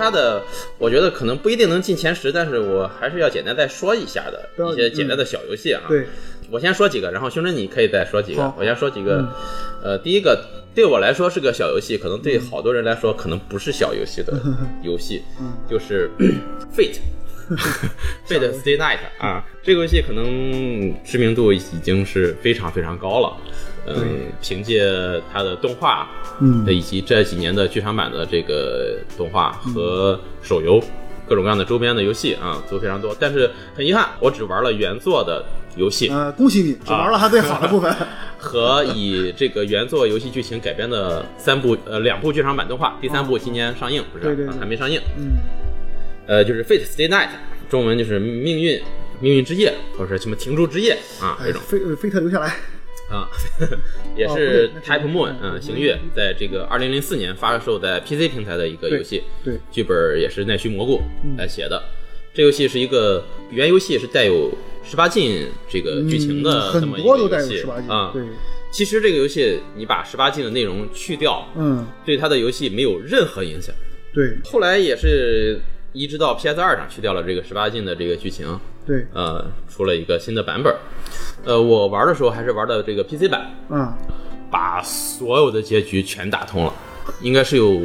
他的我觉得可能不一定能进前10，但是我还是要简单再说一下的一些简单的小游戏啊。 对， 我先说几个，然后兄弟你可以再说几个。我先说几个，第一个对我来说是个小游戏，可能对好多人来说可能不是小游戏的游戏，就是 Fate。Fate Stay Night 啊，这个游戏可能知名度已经是非常非常高了。凭借它的动画，以及这几年的剧场版的这个动画和手游，各种各样的周边的游戏啊，都非常多。但是很遗憾，我只玩了原作的游戏。 恭喜你，只玩了它最好的部分。 和以这个原作游戏剧情改编的2部剧场版动画，第3部今年上映，不是？ 对， 还没上映。就是 Fate Stay Night， 中文就是命运之夜，或者什么停住之夜啊，这种。 菲特留下来。 啊，也是 Type Moon，星月，在这个2004年发售在 PC 平台的一个游戏， 对， 剧本也是奈须蘑菇来写的。这游戏是一个原游戏是带有18禁这个剧情的这么一个游戏， 很多都带有18禁啊。 对， 其实这个游戏你把18禁的内容去掉，对它的游戏没有任何影响。 对， 后来也是移植到 PS2 上去掉了这个18禁的这个剧情。 对， 出了一个新的版本。我玩的时候还是玩的这个 PC 版，把所有的结局全打通了，应该是有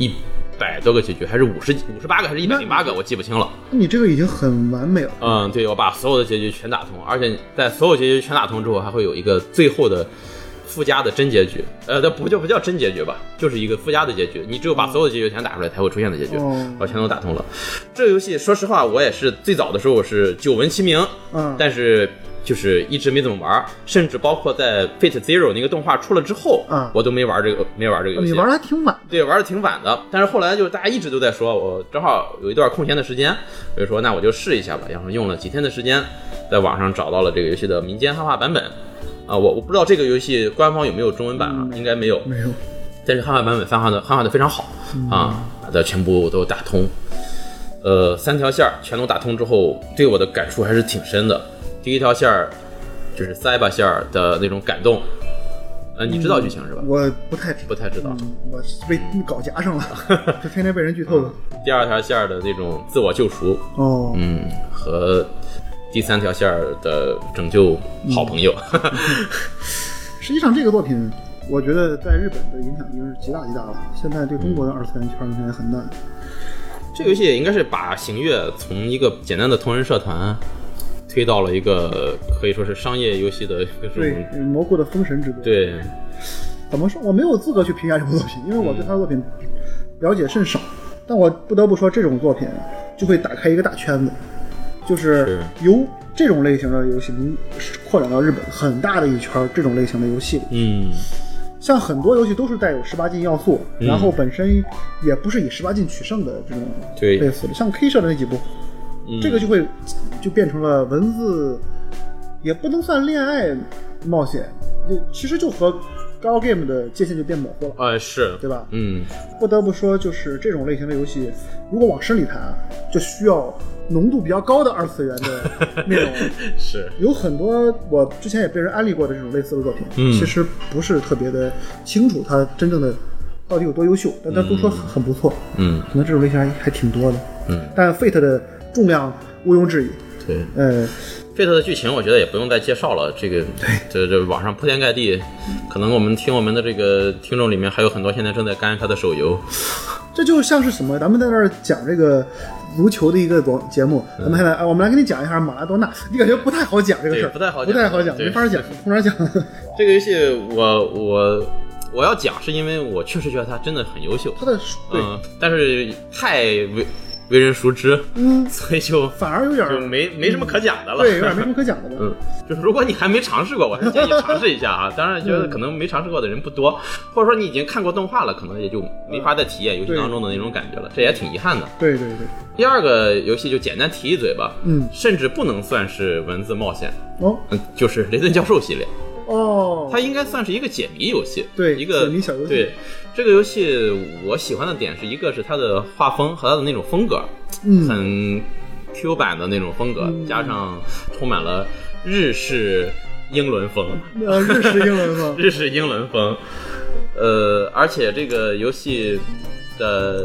100多个结局，还是58个，还是108个，我记不清了。 你这个已经很完美了。 对，我把所有的结局全打通，而且在所有结局全打通之后，还会有一个最后的附加的真结局，不叫真结局吧，就是一个附加的结局，你只有把所有的结局全打出来才会出现的结局，我全都打通了。这个游戏说实话，我也是最早的时候是久闻其名，但是就是一直没怎么玩，甚至包括在 Fate Zero 那个动画出了之后，我都没玩这个游戏。 你玩的还挺晚。 对，玩的挺晚的，但是后来就大家一直都在说，我正好有一段空闲的时间，我就说那我就试一下吧，然后用了几天的时间，在网上找到了这个游戏的民间汉化版本。我不知道这个游戏官方有没有中文版啊？应该没有，但是汉化版本汉化的非常好把它全部都打通。3条线全都打通之后，对我的感触还是挺深的。第一条线就是塞巴线的那种感动，你知道剧情是吧？ 我不太知道，我被搞夹上了，就天天被人剧透了。 第2条线的那种自我救赎，和第3条线的拯救好朋友。 实际上这个作品我觉得在日本的影响已经是极大了，现在对中国的二次元圈影响也很大。 这个游戏也应该是把行月从一个简单的同人社团推到了一个可以说是商业游戏的对蘑菇的封神之作。 对， 怎么说，我没有资格去评价这部作品，因为我对他的作品了解甚少，但我不得不说这种作品就会打开一个大圈子，就是由这种类型的游戏能扩展到日本很大的一圈这种类型的游戏里。像很多游戏都是带有18禁要素，然后本身也不是以18禁取胜的这种类似的，像 K 社的那几部，这个就变成了文字，也不能算恋爱冒险，其实就和高 game 的界限就变模糊了。 是， 对吧？不得不说，就是这种类型的游戏，如果往深里谈，就需要浓度比较高的二次元的内容。 是， 有很多我之前也被人安利过的这种类似的作品，其实不是特别的清楚它真正的到底有多优秀，但它都说很不错。可能这种类型还挺多的。但 Fate 的重量毋庸置疑。 对，Fate 的剧情我觉得也不用再介绍了，这网上铺天盖地，可能我们的这个听众里面还有很多现在正在干它的手游。 这就像是什么？咱们在那儿讲这个足球的一个节目，我们来给你讲一下马拉多纳，你感觉不太好讲这个事儿， 不太好讲，没法讲，从哪讲？ 这个游戏我要讲，是因为我确实觉得它真的很优秀， 它的但是太为人熟知，所以就反而有点就没什么可讲的了。 对，有点没什么可讲的了。 就是如果你还没尝试过，我还建议尝试一下啊。当然，觉得可能没尝试过的人不多，或者说你已经看过动画了，可能也就没法再体验游戏当中的那种感觉了，这也挺遗憾的。 对。 第二个游戏就简单提一嘴吧，甚至不能算是文字冒险就是雷顿教授系列。它应该算是一个解谜游戏， 对， 一个解谜小游戏。 对，这个游戏我喜欢的点是一个是它的画风和它的那种风格，很 Q 版的那种风格，加上充满了日式英伦风，日式英伦风，而且这个游戏的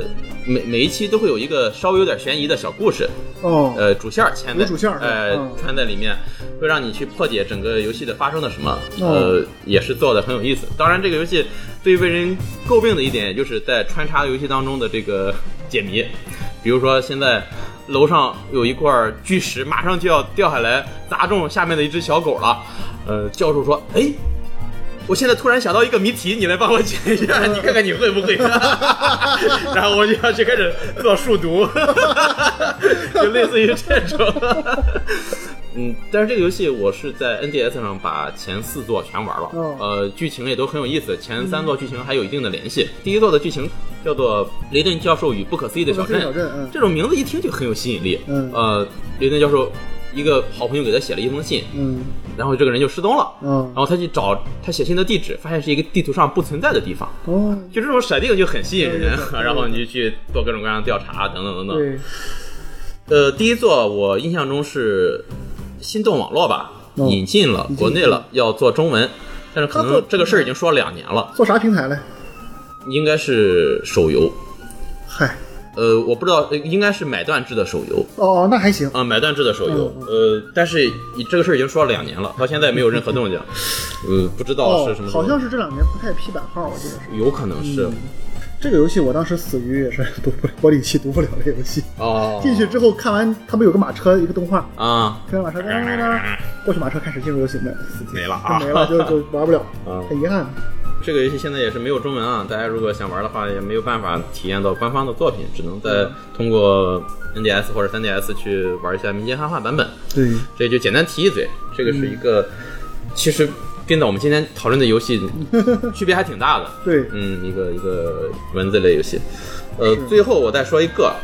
每一期都会有一个稍微有点悬疑的小故事，主线牵在， 主线穿在里面，会让你去破解整个游戏的发生了什么，也是做的很有意思。当然，这个游戏最为人诟病的一点，就是在穿插游戏当中的这个解谜，比如说现在楼上有一块巨石，马上就要掉下来砸中下面的一只小狗了，教授说，哎。我现在突然想到一个谜题，你来帮我解一下，你看看你会不会？然后我就要去开始做数独，就类似于这种。但是这个游戏我是在 NDS 上把前4座全玩了，剧情也都很有意思，前3座剧情还有一定的联系。第一座的剧情叫做《雷顿教授与不可思议的小镇》，这种名字一听就很有吸引力。雷顿教授一个好朋友给他写了一封信，然后这个人就失踪了，然后他去找他写信的地址，发现是一个地图上不存在的地方，就这种设定就很吸引人，然后你就去做各种各样的调查等等等等。第一座我印象中是心动网络吧，引进了国内了，要做中文，但是可能这个事儿已经说了2年了。 做啥平台嘞？ 应该是手游。 嗨。 我不知道，应该是买断制的手游。 那还行。 买断制的手游。但是这个事儿已经说了2年了，到现在没有任何动静。不知道是什么。 好像是这2年不太批版号，我记得是。 有可能是。 这个游戏我当时死于也是玻璃器读不了这个游戏。进去之后看完，他们有个马车一个动画看马车，过去马车开始进入游戏没了就玩不了，很遗憾。 这个游戏现在也是没有中文啊，大家如果想玩的话，也没有办法体验到官方的作品，只能再通过 NDS 或者 3DS 去玩一下民间汉化版本。 对， 这就简单提一嘴，这个是一个其实跟我们今天讨论的游戏区别还挺大的。 对， 一个文字类游戏。最后我再说一个，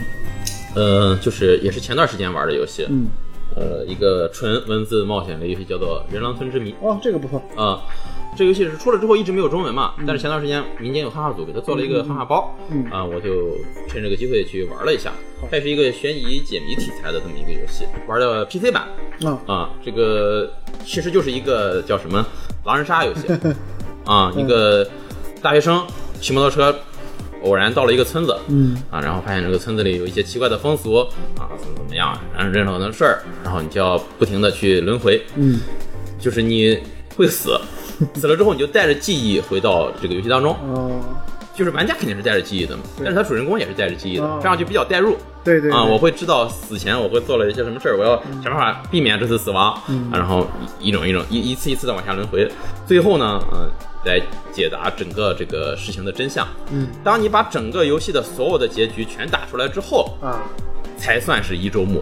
就是也是前段时间玩的游戏，一个纯文字冒险类游戏，叫做《人狼村之谜》。 这个不错这个游戏是出了之后一直没有中文嘛，但是前段时间民间有汉化组给他做了一个汉化包，我就趁这个机会去玩了一下。它是一个悬疑解谜题材的这么一个游戏，玩的 PC 版这个其实就是一个叫什么狼人杀游戏一个大学生骑摩托车偶然到了一个村子，然后发现这个村子里有一些奇怪的风俗怎么样，然后任何的事儿，然后你就要不停的去轮回，就是你会死了之后，你就带着记忆回到这个游戏当中。就是玩家肯定是带着记忆的嘛，但是他主人公也是带着记忆的，这样就比较代入。 对我会知道死前我会做了一些什么事儿，我要想办法避免这次死亡，然后一次一次的往下轮回，最后呢，再解答整个这个事情的真相。当你把整个游戏的所有的结局全打出来之后才算是1周目。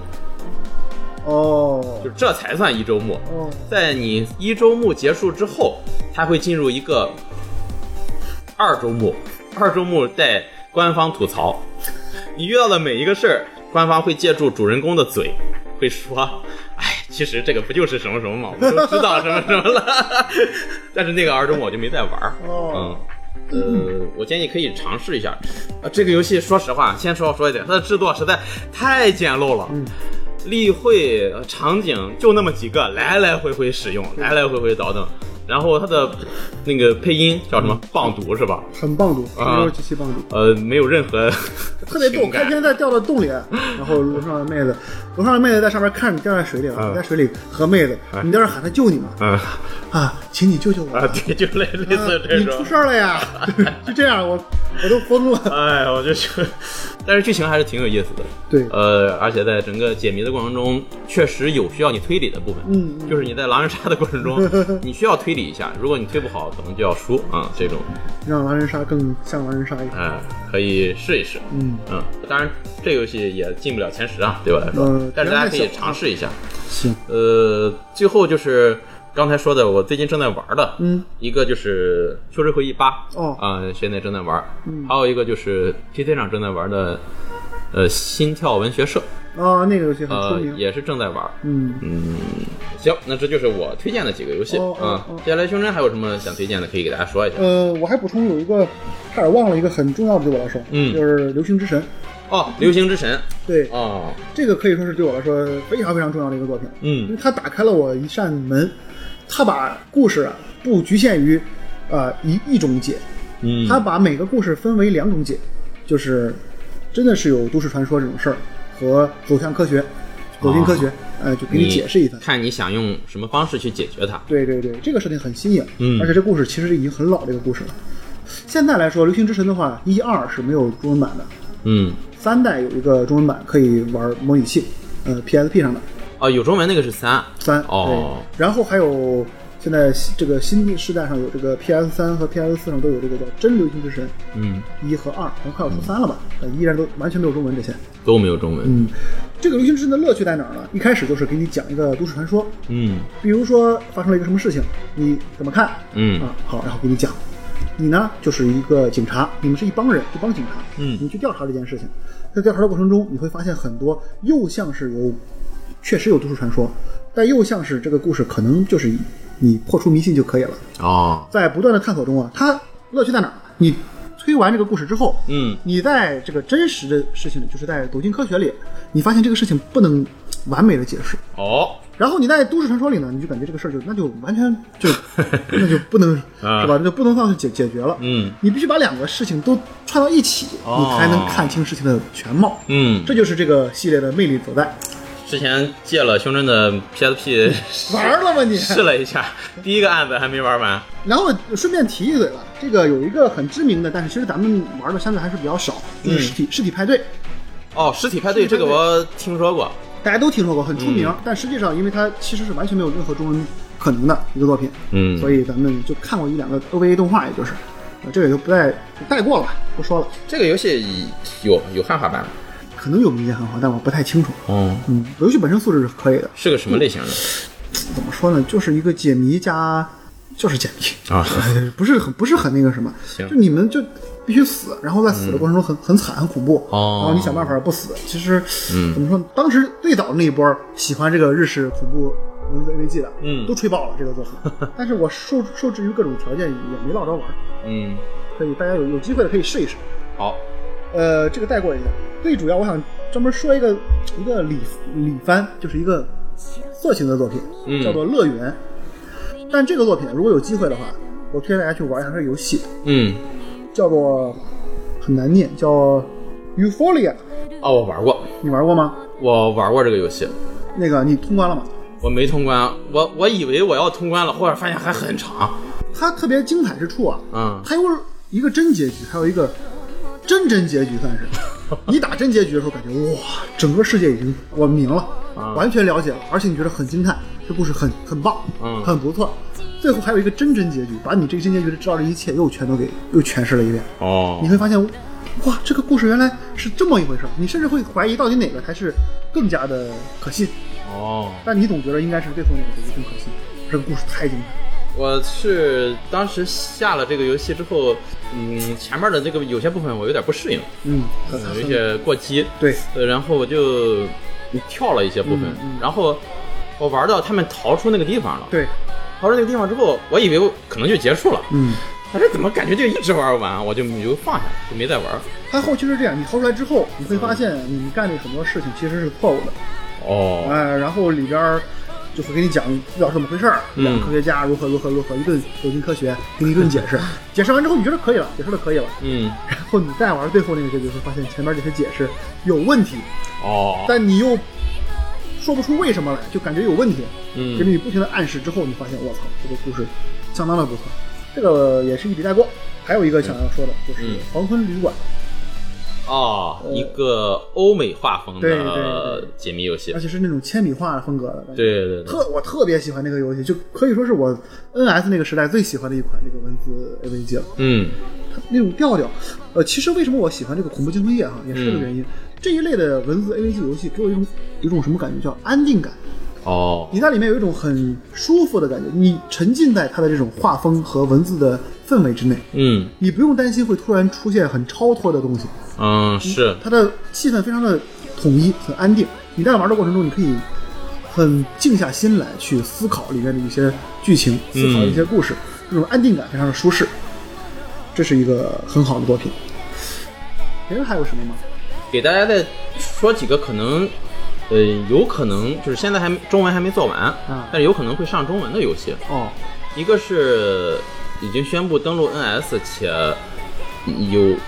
就这才算1周目。在你1周目结束之后，它会进入一个2周目。2周目带官方吐槽，你遇到的每一个事儿，官方会借助主人公的嘴，会说，其实这个不就是什么什么嘛，我们都知道什么什么了。但是那个2周目我就没再玩。我建议可以尝试一下。这个游戏说实话，先说一点，它的制作实在太简陋了。例会场景就那么几个，来来回回使用，来来回回倒腾。然后它的那个配音叫什么棒读是吧？ 很棒读，167棒读。 没有任何特别逗，开天在掉到洞里，然后楼上的妹子在上面看你掉在水里了，你在水里和妹子，你在这喊她救你嘛？请你救救我！ 对，就类似这种。 你出事了呀！就这样，我都疯了。 我就但是剧情还是挺有意思的。 对， 而且在整个解谜的过程中，确实有需要你推理的部分。就是你在狼人杀的过程中，你需要推理一下，如果你推不好，可能就要输这种让狼人杀更像狼人杀一点。 可以试一试。当然这个游戏也进不了前10对我来说，但是大家可以尝试一下。 行。 最后就是刚才说的，我最近正在玩的，一个就是《秋之回忆8》现在正在玩，还有一个就是 PC 上正在玩的，心跳文学社。 那个游戏很出名， 也是正在玩。行，那这就是我推荐的几个游戏。接下来胸针还有什么想推荐的，可以给大家说一下。 我还补充有一个，差点忘了一个很重要的，对我来说，就是《流星之神》。 流星之神。对。 这个可以说是对我来说非常非常重要的一个作品。因为它打开了我一扇门，它把故事不局限于一种解，它把每个故事分为2种解，就是真的是有都市传说这种事儿和走向科学、走进科学，就给你解释一番， 看你想用什么方式去解决它。 对对对，这个设定很新颖，而且这故事其实已经很老的一个故事了。现在来说，《流星之神》的话，1、2是没有中文版的，3代有一个中文版可以玩模拟器，PSP 上的。 哦，有中文那个是3 哦，然后还有现在这个新世代上有这个 PS3和 PS4 上都有这个叫真流星之神，1和2，可能快要出3了吧，依然都完全没有中文，这些都没有中文。 这个流星之神的乐趣在哪儿呢？一开始就是给你讲一个都市传说，比如说发生了一个什么事情，你怎么看？好，然后给你讲。你呢就是一个警察，你们是一帮人，一帮警察，你去调查这件事情，在调查的过程中，你会发现很多又像是确实有都市传说，但又像是这个故事可能就是你破除迷信就可以了。在不断的探索中啊，它乐趣在哪儿？你推完这个故事之后，你在这个真实的事情里，就是在走进科学里，你发现这个事情不能完美的解释。然后你在都市传说里呢，你就感觉这个事儿那就完全那就不能是吧？那就不能算是解决了。你必须把2个事情都串到一起，你才能看清事情的全貌。这就是这个系列的魅力所在。 之前借了胸针的 PSP 玩了吗你？ 试了一下，第一个案子还没玩完。 然后顺便提一嘴了，这个有一个很知名的，但是其实咱们玩的相对还是比较少，就是实体派对。实体派对这个我听说过。大家都听说过，很出名，但实际上因为它其实是完全没有任何中文可能的一个作品，所以咱们就看过1、2个 OVA 动画，也就是这个就不再带过了吧，不说了。 这个游戏有汉化版吗？ 可能有民间汉化，但我不太清楚。游戏本身素质是可以的。 是个什么类型的？ 怎么说呢？就是一个解谜加，就是解谜啊，不是很那个什么。就你们就必须死，然后在死的过程中很惨很恐怖，然后你想办法不死。其实怎么说，当时最早的那一波喜欢这个日式恐怖文字 AVG 的，都吹爆了这个作品。但是我受制于各种条件也没落着玩。可以，大家有机会的可以试一试。 好， 这个带过一下。最主要我想专门说一个里番，就是一个色情的作品，叫做《乐园》。但这个作品如果有机会的话，我推荐大家去玩一下这个游戏。叫做很难念，叫 Euphoria。 我玩过。 你玩过吗？ 我玩过这个游戏。 那个你通关了吗？ 我没通关，我以为我要通关了，后来发现还很长。 它特别精彩之处啊，它有一个真结局，还有一个真结局，算是。你打真结局的时候，感觉哇，整个世界已经我明了，完全了解了，而且你觉得很惊叹，这故事很棒，很不错。最后还有一个真结局，把你这个真结局的知道的一切又全都给又诠释了一遍。你会发现，哇，这个故事原来是这么一回事，你甚至会怀疑到底哪个才是更加的可信。但你总觉得应该是最后那个结局更可信。这个故事太精彩。 我是当时下了这个游戏之后，前面的这个有些部分我有点不适应，有一些过激， 对， 然后我就跳了一些部分，然后我玩到他们逃出那个地方了， 对， 逃出那个地方之后，我以为可能就结束了，但是怎么感觉就一直玩完，我就放下，就没再玩。 它后期是这样，你逃出来之后，你会发现你干的很多事情其实是错误的，然后里边就会给你讲不知道是怎么回事，两个科学家如何一顿走进科学，给你一顿解释，解释完之后你觉得可以了，解释的可以了，然后你再玩最后那个结局，会发现前面这些解释有问题，但你又说不出为什么来，就感觉有问题，给你不停的暗示之后，你发现我操，这个故事相当的不错，这个也是一笔带过。还有一个想要说的就是黄昏旅馆。 一个欧美画风的解谜游戏， 而且是那种铅笔画风格的。 对， 我特别喜欢那个游戏，就可以说是我 NS 那个时代最喜欢的一款那个文字 AVG 了。它那种调调，其实为什么我喜欢这个恐怖惊魂夜也是这个原因。这一类的文字 AVG 游戏给我一种什么感觉，叫安定感。你在里面有一种很舒服的感觉，你沉浸在它的这种画风和文字的氛围之内。你不用担心会突然出现很超脱的东西。 是它的气氛非常的统一，很安定。你在玩的过程中，你可以很静下心来去思考里面的一些剧情，思考一些故事，这种安定感非常的舒适。这是一个很好的作品。别人还有什么吗？ 给大家再说几个可能，有可能就是现在中文还没做完，但是有可能会上中文的游戏。一个是已经宣布登陆 NS 且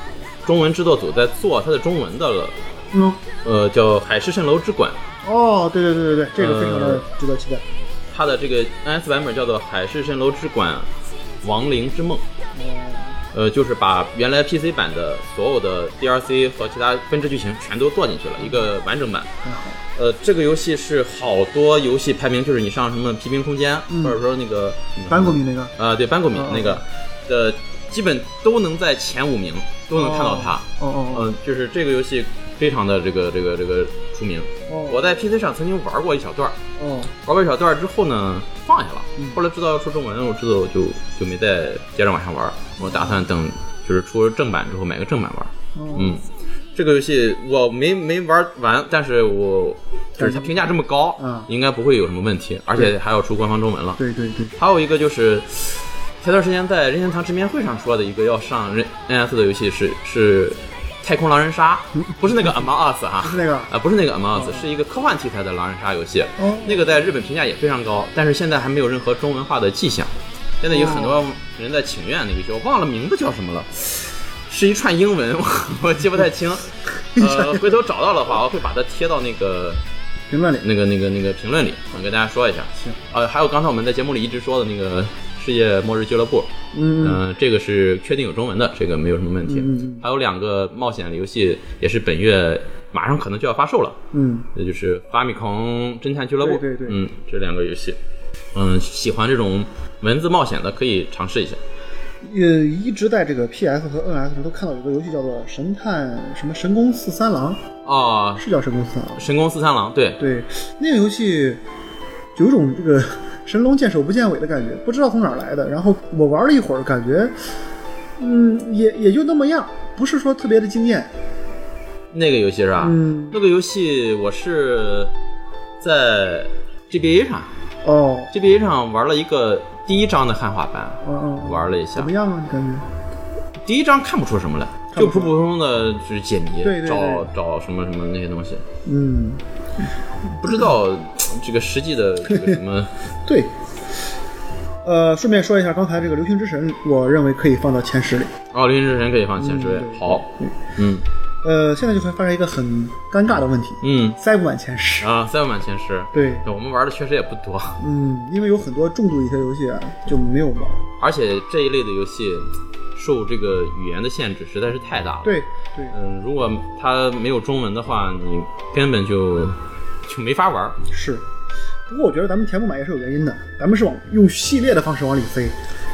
中文制作组在做它的中文的了，叫《海市蜃楼之馆》。 哦，对，这个非常的值得期待。 它的这个 NS 版本叫做《海市蜃楼之馆：亡灵之梦》。就是把原来 PC 版的所有的 DLC 和其他分支剧情全都做进去了，一个完整版。这个游戏是好多游戏排名，就是你上什么皮兵空间，或者说那个班古米那个， 对，班古米那个的，基本都能在前5名都能看到它。就是这个游戏非常的这个出名。我在 PC 上曾经玩过一小段，玩过一小段之后呢，放下了。后来知道要出中文，我知道我就没再接着往上玩。我打算等就是出正版之后买个正版玩。这个游戏我没玩完，但是我就是它评价这么高，应该不会有什么问题，而且还要出官方中文了。 对。 还有一个就是前段时间在任天堂直面会上说的一个要上 NS 的游戏是太空狼人杀，不是那个 Among Us 哈， 不是那个不是那个 Among Us，是一个科幻题材的狼人杀游戏。那个在日本评价也非常高，但是现在还没有任何中文化的迹象。现在有很多人在请愿那个游戏，我忘了名字叫什么了，是一串英文，我记不太清。回头找到的话，我会把它贴到那个评论里， 那个评论里，我跟大家说一下。行。还有刚才我们在节目里一直说的那个世界末日俱乐部，这个是确定有中文的，这个没有什么问题。还有2个冒险的游戏也是本月马上可能就要发售了，那就是法米孔侦探俱乐部， 对， 这2个游戏，喜欢这种文字冒险的可以尝试一下。 一直在这个 PS 和 NS 上都看到有个游戏叫做神宫四三郎是叫神宫四三郎？ 神宫四三郎，对， 那个游戏有一种这个神龙见首不见尾的感觉，不知道从哪儿来的。然后我玩了一会儿，感觉也就那么样，不是说特别的惊艳。 那个游戏是吧？那个游戏我是在 GBA 上，GBA 上玩了一个第1章的汉化版，玩了一下， 怎么样啊？你感觉？ 第1章看不出什么来，就普普通通的就是解谜， 对， 找什么那些东西。不知道这个实际的这个什么。 对。顺便说一下，刚才这个流星之神，我认为可以放到前10里。 流星之神可以放前10位。好。 现在就会发生一个很尴尬的问题，塞不满前10 塞不满前10。 对， 我们玩的确实也不多， 因为有很多重度一些游戏就没有玩， 而且这一类的游戏受这个语言的限制实在是太大了。 对， 如果它没有中文的话，你根本就没法玩。 是，不过我觉得咱们填不满也是有原因的，咱们是用系列的方式往里塞。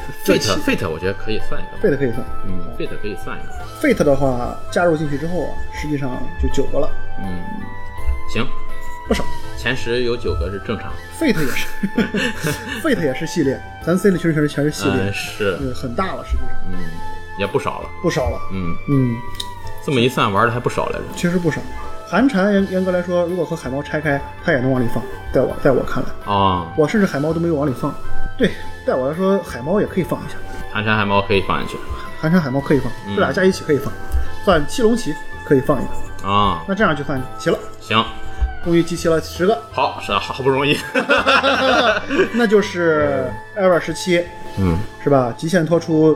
Fate 我觉得可以算一个。 Fate 可以算 ，Fate 可以算一个。 Fate 的话加入进去之后实际上就9个了。 行， 不少。 前10有9个是正常。 Fate 也是，Fate 也是系列，咱塞的全是系列， 是很大了，实际上。 也不少了。这么一算玩的还不少来着。 确实不少。寒蝉严格来说，如果和海猫拆开，它也能往里放。在我看来我甚至海猫都没有往里放。对，在我来说，海猫也可以放一下。 寒蝉海猫可以放进去。 寒蝉海猫可以放，这俩加一起可以放。算七龙旗可以放一个那这样就算齐了。行，终于集齐了10个。好，是好不容易。那就是艾尔17，是吧？极限拖出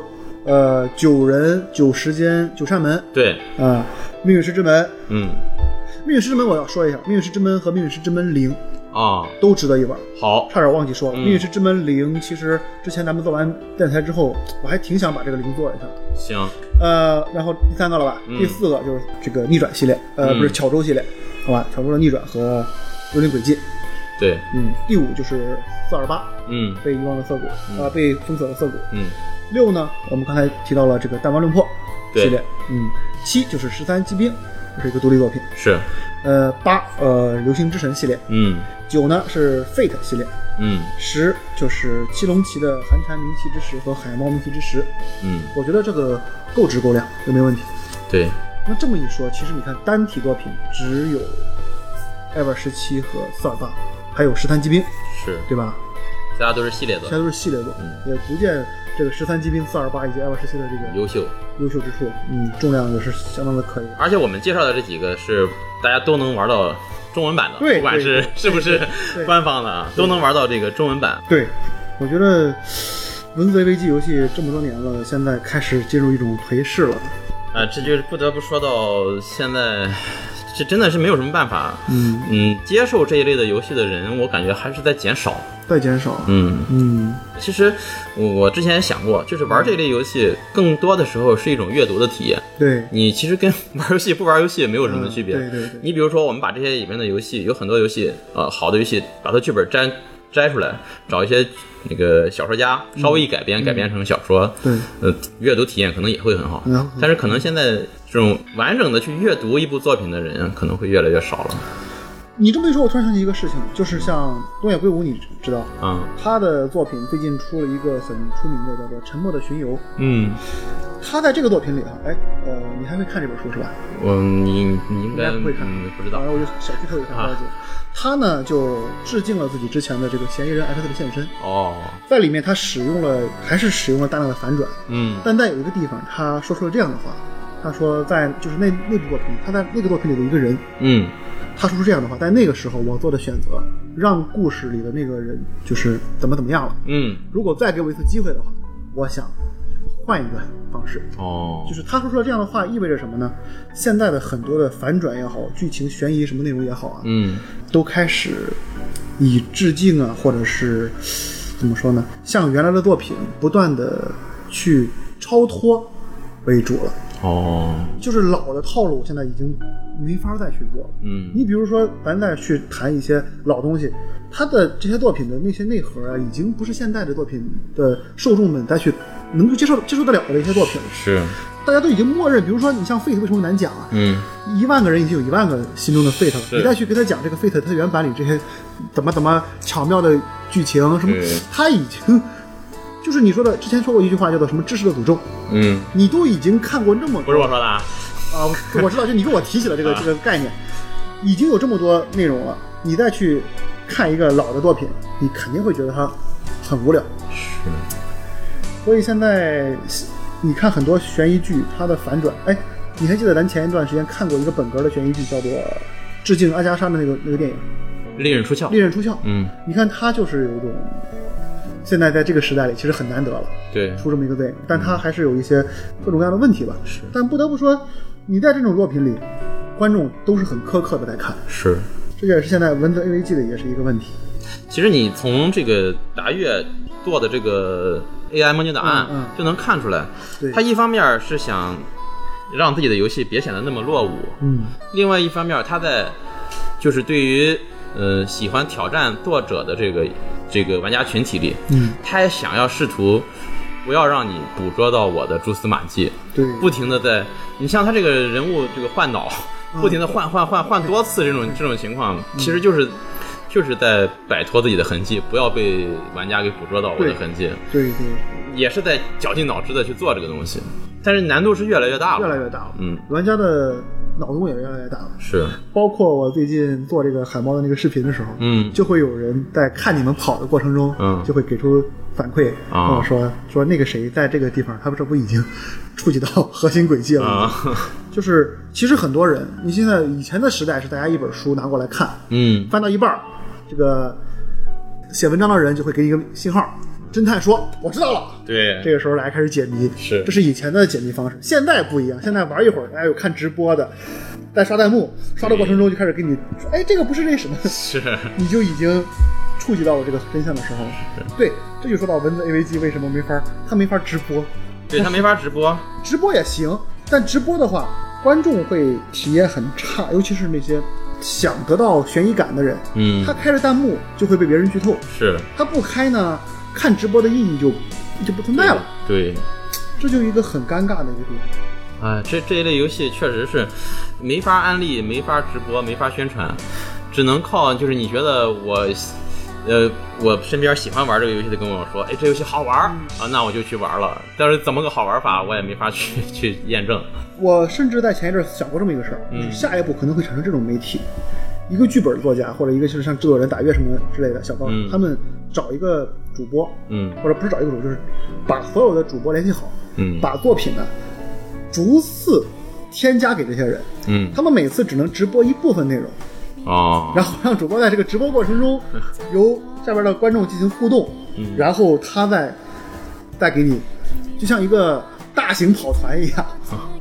9人9时间9扇门。对，命运石之门。命运石之门我要说一下，命运石之门和命运石之门0都值得一玩。好，差点忘记说了，命运石之门0其实之前咱们做完电台之后，我还挺想把这个0做一下。行，然后第3个了吧，第4个就是这个逆转系列，不是巧舟系列，好吧，巧舟的逆转和幽灵轨迹。对，第5就是428，被遗忘的涩谷，被封锁的涩谷。6呢，我们刚才提到了这个弹丸论破系列。7就是13骑兵，这是一个独立作品。是。8流星之神系列。9呢是 Fate 系列。10就是七龙旗的寒蝉鸣泣之时和海猫鸣泣之时。我觉得这个够质够量，有没有问题？对。那这么一说，其实你看单体作品只有Ever 17和428，还有13骑兵，是对吧？其他都是系列作，其他都是系列作，也足见这个13骑兵、428以及Ever 17的这个优秀之处。重量也是相当的可以。而且我们介绍的这几个是大家都能玩到中文版的，对，不管是不是官方的都能玩到这个中文版。对，我觉得文字 AVG 游戏这么多年了，现在开始进入一种颓势了。 这就是不得不说到现在，这真的是没有什么办法。接受这一类的游戏的人，我感觉还是在减少。其实我之前也想过，就是玩这类游戏更多的时候是一种阅读的体验。 对， 你其实跟玩游戏不玩游戏没有什么区别。 对。 你比如说，我们把这些里面的游戏，有很多游戏，好的游戏，把它剧本摘出来，找一些那个小说家稍微一改编成小说，阅读体验可能也会很好。但是可能现在这种完整的去阅读一部作品的人可能会越来越少了。 你这么一说，我突然想起一个事情，就是像东野圭吾，你知道，他的作品最近出了一个很出名的叫做《沉默的巡游》。他在这个作品里你还会看这本书是吧？ 你应该不会看， 不知道。 我就小剧透一下了解。他呢就致敬了自己之前的这个嫌疑人艾克特的现身。在里面他还是使用了大量的反转。但在有一个地方他说出了这样的话，他说在就是那部作品，他在那个作品里的一个人，他说出这样的话，在那个时候我做的选择让故事里的那个人就是怎么样了。如果再给我一次机会的话，我想换一个方式。就是他说出了这样的话意味着什么呢？现在的很多的反转也好，剧情悬疑什么内容也好啊，都开始以致敬啊，或者是怎么说呢，像原来的作品不断的去超脱为主了。就是老的套路现在已经没法再去做了。你比如说咱再去谈一些老东西，它的这些作品的那些内核啊，已经不是现代的作品的受众们再去能够接受得了的一些作品。 是， 大家都已经默认，比如说你像 Fate 为什么难讲啊？1万个人已经有1万个心中的 Fate 了，你再去给他讲这个 Fate 它原版里这些怎么巧妙的剧情什么，他已经就是你说的，之前说过一句话叫做什么知识的诅咒。你都已经看过那么多， 不是我说的啊， 我知道，就你跟我提起了这个概念，已经有这么多内容了，你再去看一个老的作品，你肯定会觉得它很无聊。 是， 所以现在你看很多悬疑剧，它的反转，你还记得咱前一段时间看过一个本格的悬疑剧，叫做致敬阿加莎的那个电影《 利刃出鞘》。 你看它就是有一种。现在在这个时代里其实很难得了， 对， 出这么一个电影，但它还是有一些各种各样的问题吧。 是， 但不得不说，你在这种作品里，观众都是很苛刻的在看。 是， 这也是现在文字 AVG 的也是一个问题。 其实你从这个达月做的这个 AI 梦境档案就能看出来，他一方面是想让自己的游戏别显得那么落伍，另外一方面他在就是对于喜欢挑战作者的这个玩家群体里，他也想要试图不要让你捕捉到我的蛛丝马迹， 对， 不停的在你像他这个人物这个换脑，不停的换多次这种情况，其实就是在摆脱自己的痕迹，不要被玩家给捕捉到我的痕迹。 对， 也是在绞尽脑汁的去做这个东西，但是难度是越来越大了， 玩家的脑洞也越来越大了。 是，包括我最近做这个海猫的那个视频的时候，就会有人在看你们跑的过程中，就会给出反馈，跟我说那个谁在这个地方，他这不已经触及到核心轨迹了。就是其实很多人，你现在以前的时代是大家一本书拿过来看，翻到一半，这个写文章的人就会给你一个信号。侦探说我知道了， 对， 这个时候大家开始解谜，这是以前的解谜方式。现在不一样，现在玩一会儿，大家有看直播的，在刷弹幕，刷的过程中就开始给你说，这个不是那什么， 是， 你就已经触及到了这个真相的时候。对，这就说到文字 AVG 为什么他没法直播， 对，他没法直播， 直播也行，但直播的话，观众会体验很差，尤其是那些想得到悬疑感的人，他开着弹幕就会被别人剧透， 是， 他不开呢。看直播的意义就不存在了， 对， 这就一个很尴尬的一个地方。这一类游戏确实是没法安利，没法直播，没法宣传，只能靠就是你觉得我身边喜欢玩这个游戏的跟我说，这游戏好玩那我就去玩了。但是怎么个好玩法，我也没法去验证。 我甚至在前一阵想过这么一个事儿，就是下一步可能会产生这种媒体。一个剧本作家或者一个就是像制作人打月什么之类的小高，他们找一个主播，或者不是找一个主播，就是把所有的主播联系好，把作品呢逐次添加给这些人，他们每次只能直播一部分内容，然后让主播在这个直播过程中由下边的观众进行互动，然后他再给你，就像一个大型跑团一样，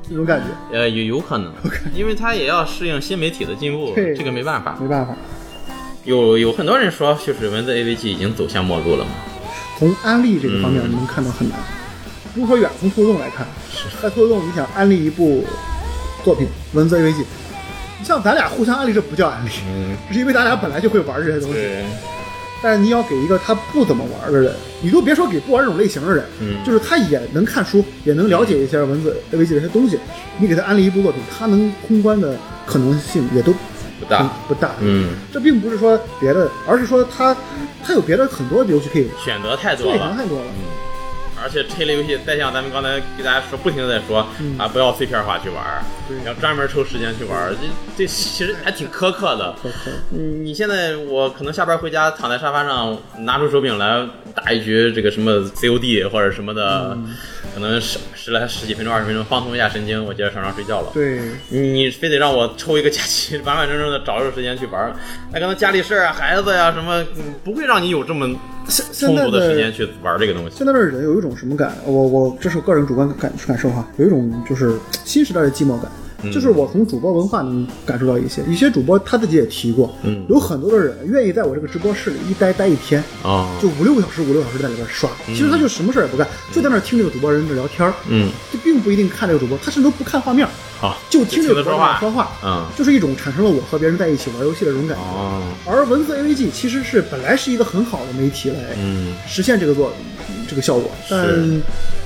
这种感觉。 有可能，因为它也要适应新媒体的进步，这个没办法。有很多人说，就是文字 AVG 已经走向末路了嘛。 从安利这个方面，我们能看到很难。如果说远从兔子洞来看，在兔子洞你想安利一部作品文字 AVG， 像咱俩互相安利，这不叫安利，这是因为咱俩本来就会玩这些东西。但是你要给一个他不怎么玩的人，你都别说给不玩这种类型的人，就是他也能看书，也能了解一些文字 AVG 的一些东西，你给他安利一部作品，他能通关的可能性也都不大。这并不是说别的，而是说他有别的很多游戏可以选择太多了。而且这类游戏再像咱们刚才给大家说，不停的在说不要碎片化去玩，要专门抽时间去玩，这其实还挺苛刻的。你现在我可能下班回家躺在沙发上，拿出手柄来打一局这个什么 COD 或者什么的，可能十几分钟20分钟放松一下神经，我接着上床睡觉了。 对， 你非得让我抽一个假期，完完整整的找出时间去玩，那可能家里事啊、孩子呀什么，不会让你有这么充足的时间去玩这个东西。 现在的人有一种什么感？我这是个人主观感受哈，有一种就是新时代的寂寞感。就是我从主播文化能感受到一些主播他自己也提过，有很多的人愿意在我这个直播室里一待一天，就5-6个小时在里边刷，其实他就什么事也不干，就在那听这个主播人的聊天，就并不一定看这个主播，他甚至都不看画面，就听这个主播说话，就是一种产生了我和别人在一起玩游戏的这种感觉。而文字 AVG 其实是本来是一个很好的媒体来实现这个效果，但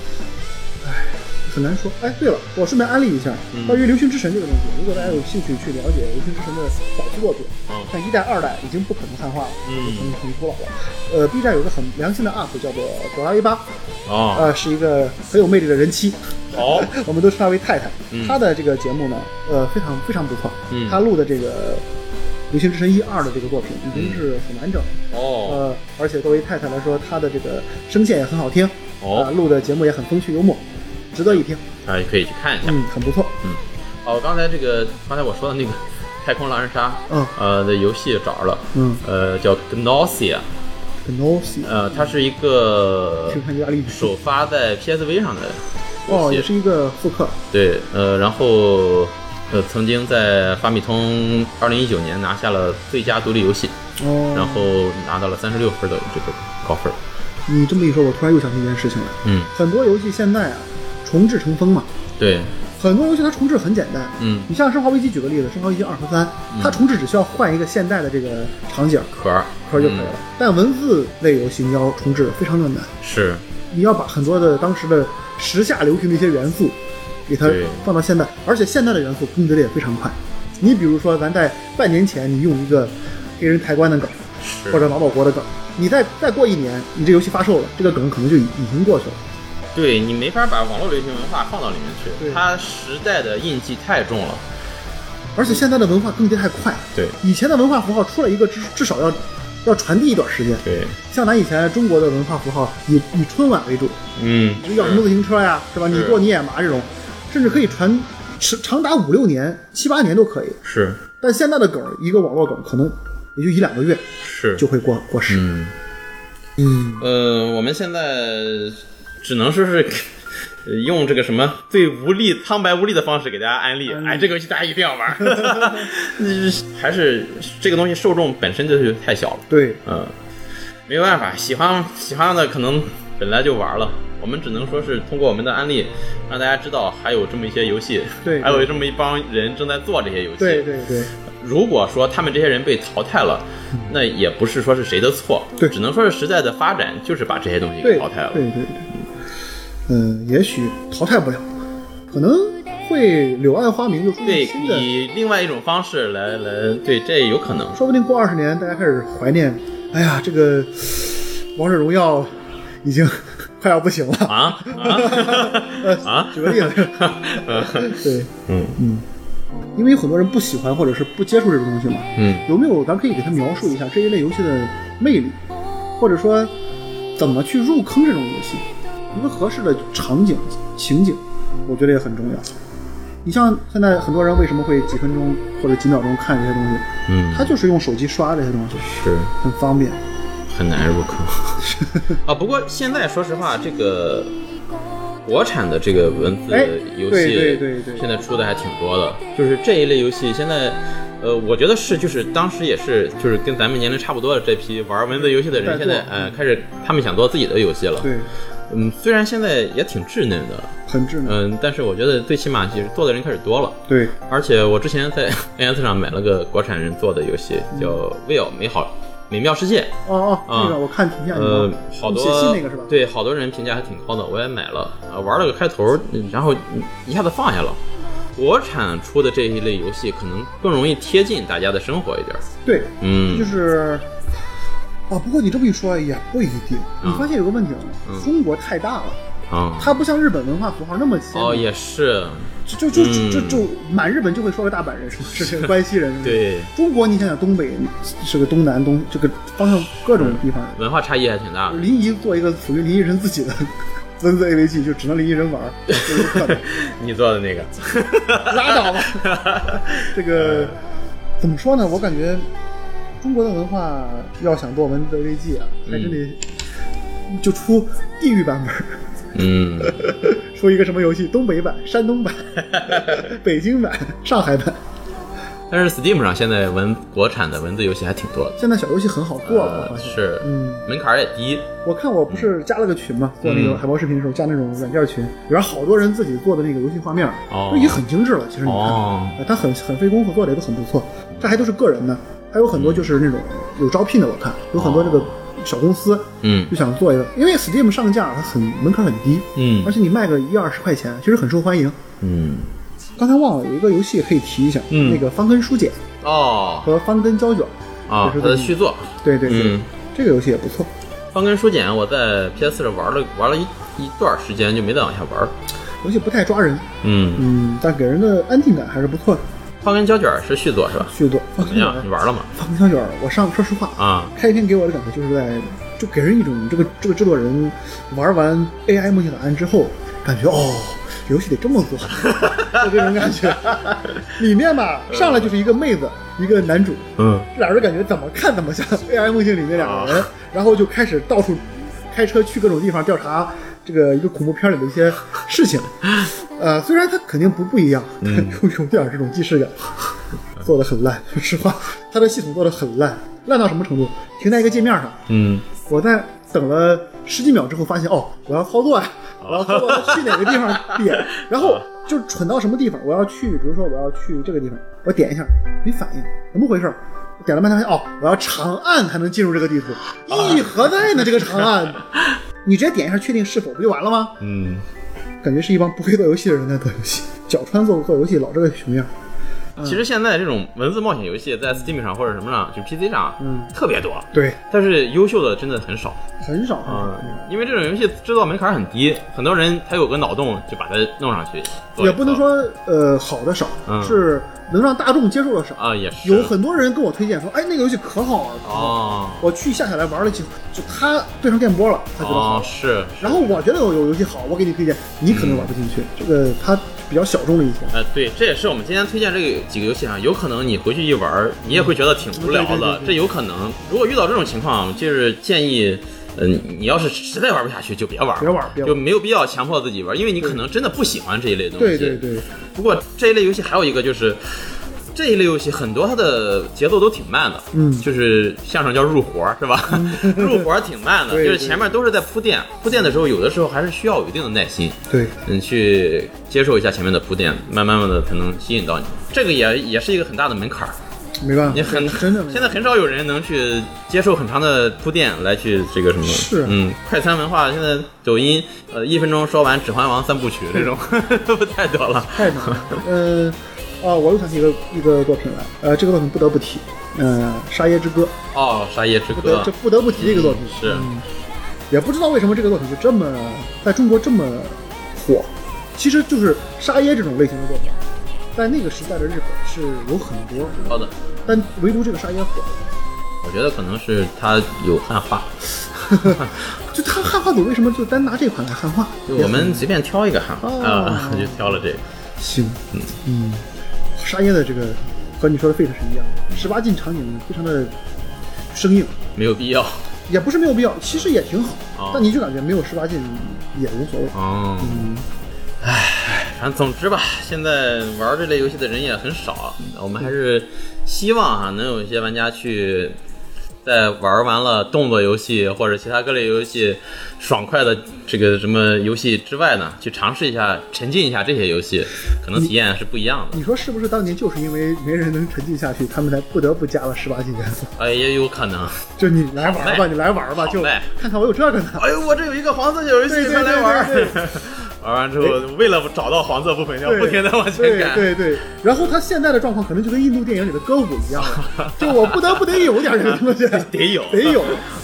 很难说。对了，我顺便安利一下关于流星之神这个东西，如果大家有兴趣去了解流星之神的早期作品，像1代2代已经不可能汉化了，很古老了。B 站有个很良心的 UP 叫做朵拉 A8，是一个很有魅力的人妻，我们都称他为太太。他的这个节目呢，非常非常不错。他录的这个流星之神1、2的这个作品已经是很完整，而且作为太太来说，他的这个声线也很好听，录的节目也很风趣幽默，值得一听， 大家可以去看一下， 很不错。 刚才我说的那个太空狼人杀，的游戏找着了，叫 Gnosia，它是一个首发在 PSV 上的游戏， 也是一个复刻。 对，然后曾经在法米通2019年拿下了最佳独立游戏，然后拿到了36分的这个高分。 你这么一说，我突然又想起一件事情来。很多游戏现在重置成风嘛。对，很多游戏它重置很简单。你像《生化危机》举个例子，《生化危机2和3》，它重置只需要换一个现代的这个场景壳就可以了。但文字类游戏你要重置非常的难，是你要把很多的当时的时下流行的一些元素给它放到现代，而且现代的元素更迭的也非常快。你比如说咱在半年前你用一个黑人抬棺的梗或者马保国的梗，你再过1年你这游戏发售了，这个梗可能就已经过去了。 对，你没法把网络流行文化放到里面去，它时代的印记太重了， 而且现在的文化更迭太快。对，以前的文化符号出了一个至少要传递一段时间。对，像咱以前中国的文化符号以春晚为主，要什么自行车呀，是吧？你过你也麻这种，甚至可以长达5-6年、7-8年都可以。是，但现在的梗，一个网络梗可能也就1-2个月就会过时。 我们现在只能说是用这个什么最苍白无力的方式给大家安利，这个游戏大家一定要玩。还是这个东西受众本身就是太小了。对，没有办法，喜欢的可能本来就玩了。我们只能说是通过我们的安利，让大家知道还有这么一些游戏，对，还有这么一帮人正在做这些游戏。对。如果说他们这些人被淘汰了，那也不是说是谁的错，对，只能说是时代的发展就是把这些东西给淘汰了。对。也许淘汰不了，可能会柳暗花明，就出现新的，以另外一种方式来，对，这也有可能。说不定过20年，大家开始怀念，哎呀，这个王者荣耀已经快要不行了举个例子，对，因为有很多人不喜欢或者是不接触这种东西嘛，有没有咱可以给他描述一下这一类游戏的魅力，或者说怎么去入坑这种游戏？一个合适的场景情景，我觉得也很重要。你像现在很多人为什么会几分钟或者几秒钟看这些东西？他就是用手机刷这些东西，是很方便，很难入坑不过现在说实话，这个国产的这个文字游戏， 对， 现在出的还挺多的。就是这一类游戏现在，我觉得就是当时也是，就是跟咱们年龄差不多的这批玩文字游戏的人，现在开始他们想做自己的游戏了。 对， 虽然现在也挺稚嫩的， 很稚嫩， 但是我觉得最起码其实做的人开始多了。 对， 而且我之前在 NS 上买了个国产人做的游戏，叫《Will 美妙世界》。 那个我看评价， 好多写信那个是吧？ 对，好多人评价还挺高的，我也买了，玩了个开头，然后一下子放下了。国产出的这一类游戏可能更容易贴近大家的生活一点。 对，就是不过你这么一说也不一定。你发现有个问题中国太大了它不像日本文化符号那么鲜明。 也是。 就满日本就会说个大阪人是关西人。 对， 中国你想想东北是个东南东这个方向各种地方文化差异还挺大的。 临沂做一个属于林依人自己的文字 AVG 就只能林依人玩，就有可能。 你做的那个拉倒吧。这个怎么说呢？我感觉中国的文化要想做文字 AVG 还真得就出地域版本。说一个什么游戏，东北版、山东版、北京版、上海版。 但是 Steam 上现在国产的文字游戏还挺多的。 现在小游戏很好做了，我发现是，门槛也低。我看我不是加了个群嘛，做那个海报视频的时候加那种软件群，里边好多人自己做的那个游戏画面，都已经很精致了。其实你看，他很费功夫，做的也都很不错。这还都是个人的，还有很多就是那种有招聘的，我看有很多这个小公司，就想做一个，因为 Steam 上架它门槛很低，而且你卖个10-20块钱，其实很受欢迎，刚才忘了有一个游戏可以提一下，那个方根书简和方根胶卷它的续作， 对，这个游戏也不错。 方根书简我在 PS 上玩了一段时间就没再往下玩， 游戏不太抓人，但给人的安定感还是不错的。 方根胶卷是续作是吧？ 续作。 怎么样？你玩了吗？ 方根胶卷，说实话开篇给我的感觉就给人一种这个制作人玩完 AI 梦境档案之后，感觉游戏得这么做，就这种感觉。里面吧，上来就是一个妹子，一个男主，俩人感觉怎么看怎么像 AI 梦境里面两个人，然后就开始到处开车去各种地方调查这个一个恐怖片里的一些事情。虽然它肯定不一样，有点这种既视感，做得很烂。说实话，它的系统做得很烂到什么程度？停在一个界面上，我在等了10几秒之后发现，我要操作我要操作去哪个地方点，然后就蠢到什么地方，我要去，比如说我要去这个地方，我点一下没反应，怎么回事？点了半天，我要长按才能进入这个地图，意义何在呢？这个长按，你直接点一下确定是否不就完了吗？感觉是一帮不会做游戏的人在做游戏，脚川做游戏老这个熊样。 其实现在这种文字冒险游戏在 Steam 上或者什么上，就 PC 上，特别多。 对， 但是优秀的真的很少，因为这种游戏制作门槛很低，很多人他有个脑洞就把它弄上去。 也不能说好的少，是能让大众接受的少也是。 有很多人跟我推荐说，那个游戏可好玩了我去下下来玩了几回，就他对上电波了，他觉得好。 是。 然后我觉得有游戏好，我给你推荐，你可能玩不进去，这个他比较小众了一些。 对，这也是我们今天推荐这几个游戏有可能你回去一玩，你也会觉得挺无聊的。这有可能，如果遇到这种情况，就是建议，你要是实在玩不下去，就别玩，就没有必要强迫自己玩，因为你可能真的不喜欢这一类东西。 对。 不过这一类游戏还有一个就是。这一类游戏很多它的节奏都挺慢的，就是相声叫入活是吧？入活挺慢的，就是前面都是在铺垫的时候，有的时候还是需要有一定的耐心， 对， 去接受一下前面的铺垫，慢慢的才能吸引到你。这个也是一个很大的门槛， 没办法， 你真的现在很少有人能去接受很长的铺垫来去这个什么， 是快餐文化现在抖音1分钟说完《指环王》3部曲这种太多了， 太难了。我又想起一个作品来，这个作品不得不提，沙耶之歌。 沙耶之歌， 这不得不提这个作品。 是，也不知道为什么这个作品就这么在中国这么火。其实就是沙耶这种类型的作品，在那个时代的日本是有很多的， 但唯独这个沙耶火。 我觉得可能是它有汉化。 就它汉化组为什么就单拿这款来汉化？ 我们随便挑一个汉化就挑了这个。 行，沙耶的这个和你说的 Fate 是一样的，18禁场景非常的生硬， 没有必要。 也不是没有必要，其实也挺好，但你就感觉没有18禁也无所谓。 反正总之吧，现在玩这类游戏的人也很少，我们还是希望能有一些玩家去在玩完了动作游戏或者其他各类游戏爽快的这个什么游戏之外呢，去尝试一下沉浸一下这些游戏，可能体验是不一样的。 你说是不是当年就是因为没人能沉浸下去，他们才不得不加了18禁元素？ 也有可能。 就你来玩吧，你来玩吧，就看看我有这个呢。 我这有一个黄色游戏，快来玩。玩完之后，为了找到黄色部分，要不停的往前赶。 对。然后他现在的状况可能就跟印度电影里的歌舞一样了，就我不得有点这个东西，得有。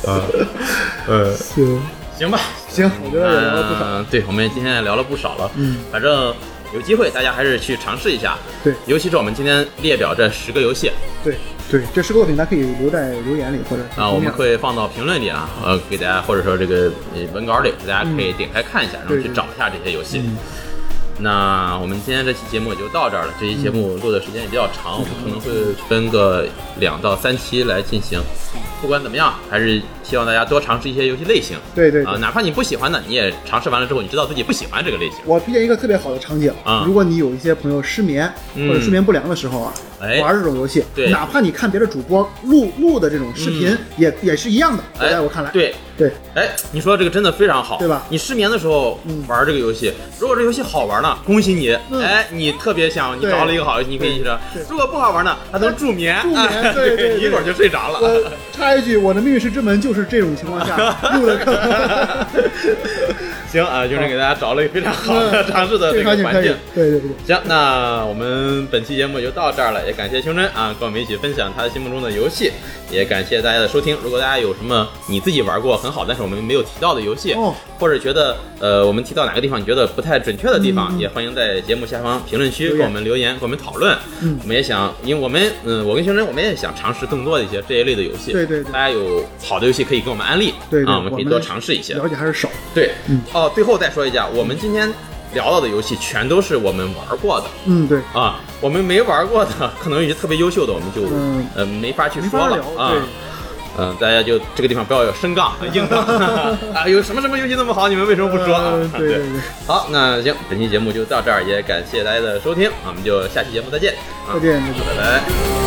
行吧， 行，我觉得也聊了不少。 对，我们今天也聊了不少了。反正有机会大家还是去尝试一下。对，尤其是我们今天列表这10个游戏。 对，这10个作品，咱可以留在留言里或者我们会放到评论里给大家，或者说这个文稿里，大家可以点开看一下，然后去找一下这些游戏。那我们今天这期节目也就到这儿了。这期节目录的时间也比较长，我们可能会分个2到3期来进行。不管怎么样，还是希望大家多尝试一些游戏类型。对哪怕你不喜欢的，你也尝试完了之后，你知道自己不喜欢这个类型。我推荐一个特别好的场景如果你有一些朋友失眠或者睡眠不良的时候玩这种游戏，哪怕你看别的主播录的这种视频，也是一样的。在我看来，对，你说这个真的非常好，对吧？你失眠的时候玩这个游戏，如果这游戏好玩呢，恭喜你，你特别想，你找了一个好游戏，你可以说；如果不好玩呢，还能助眠，对，一会儿就睡着了。我插一句，我的《命运石之门》就是这种情况下入的坑。行就是给大家找了一个非常好的尝试的这个环境。对。行，那我们本期节目就到这儿了，也感谢胸针跟我们一起分享他心目中的游戏，也感谢大家的收听。如果大家有什么你自己玩过很好，但是我们没有提到的游戏，或者觉得我们提到哪个地方你觉得不太准确的地方，也欢迎在节目下方评论区给我们留言，跟我们讨论。我们也想，因为我们我跟胸针我们也想尝试更多的一些这一类的游戏。对，大家有好的游戏可以跟我们安利，我们可以多尝试一些。了解还是少。对，最后再说一下，我们今天聊到的游戏全都是我们玩过的。对我们没玩过的，可能有些特别优秀的，我们就没法去说了大家就这个地方不要有升杠硬杠有什么游戏那么好，你们为什么不说对。好，那行，本期节目就到这儿，也感谢大家的收听，我们就下期节目再见。再见，拜拜。